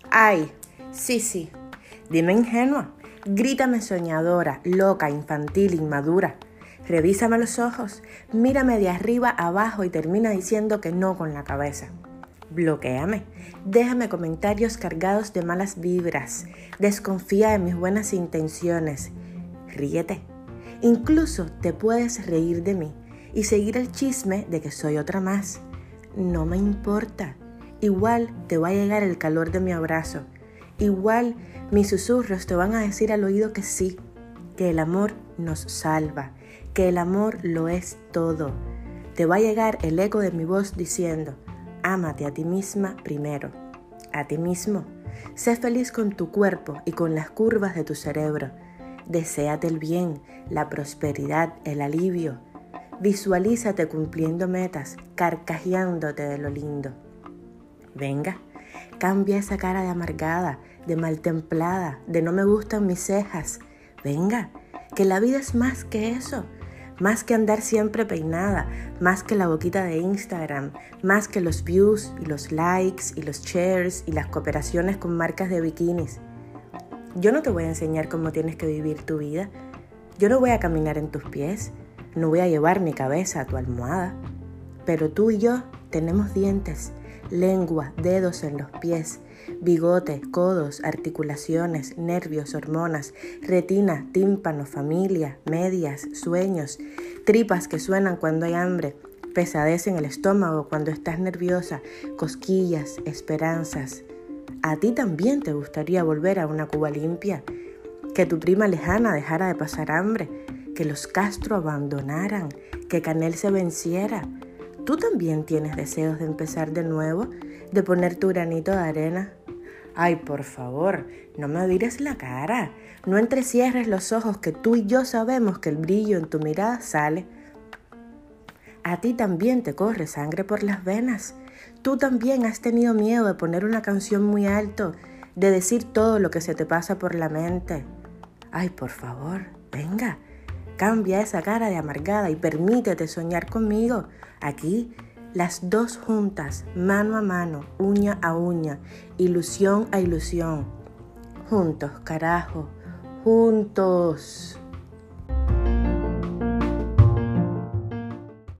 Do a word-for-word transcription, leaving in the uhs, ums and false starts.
Ay, sí, sí. Dime ingenua. Grítame soñadora, loca, infantil, inmadura. Revísame los ojos, mírame de arriba abajo y termina diciendo que no con la cabeza. Bloquéame, déjame comentarios cargados de malas vibras, desconfía de mis buenas intenciones. Ríete, incluso te puedes reír de mí y seguir el chisme de que soy otra más. No me importa, igual te va a llegar el calor de mi abrazo, igual mis susurros te van a decir al oído que sí, que el amor nos salva, que el amor lo es todo. Te va a llegar el eco de mi voz diciendo: ámate a ti misma primero, a ti mismo. Sé feliz con tu cuerpo y con las curvas de tu cerebro. Deséate el bien, la prosperidad, el alivio. Visualízate cumpliendo metas, carcajeándote de lo lindo. Venga, cambia esa cara de amargada, de mal templada, de no me gustan mis cejas. Venga, que la vida es más que eso. Más que andar siempre peinada, más que la boquita de Instagram, más que los views y los likes y los shares y las cooperaciones con marcas de bikinis. Yo no te voy a enseñar cómo tienes que vivir tu vida. Yo no voy a caminar en tus pies, no voy a llevar mi cabeza a tu almohada. Pero tú y yo tenemos dientes, lengua, dedos en los pies, bigote, codos, articulaciones, nervios, hormonas, retina, tímpano, familia, medias, sueños, tripas que suenan cuando hay hambre, pesadez en el estómago cuando estás nerviosa, cosquillas, esperanzas. ¿A ti también te gustaría volver a una Cuba limpia? Que tu prima lejana dejara de pasar hambre, que los Castro abandonaran, que Canel se venciera. ¿Tú también tienes deseos de empezar de nuevo, de poner tu granito de arena? Ay, por favor, no me vires la cara, no entrecierres los ojos, que tú y yo sabemos que el brillo en tu mirada sale. A ti también te corre sangre por las venas. Tú también has tenido miedo de poner una canción muy alto, de decir todo lo que se te pasa por la mente. Ay, por favor, venga, cambia esa cara de amargada y permítete soñar conmigo. Aquí, las dos juntas, mano a mano, uña a uña, ilusión a ilusión. Juntos, carajo, juntos.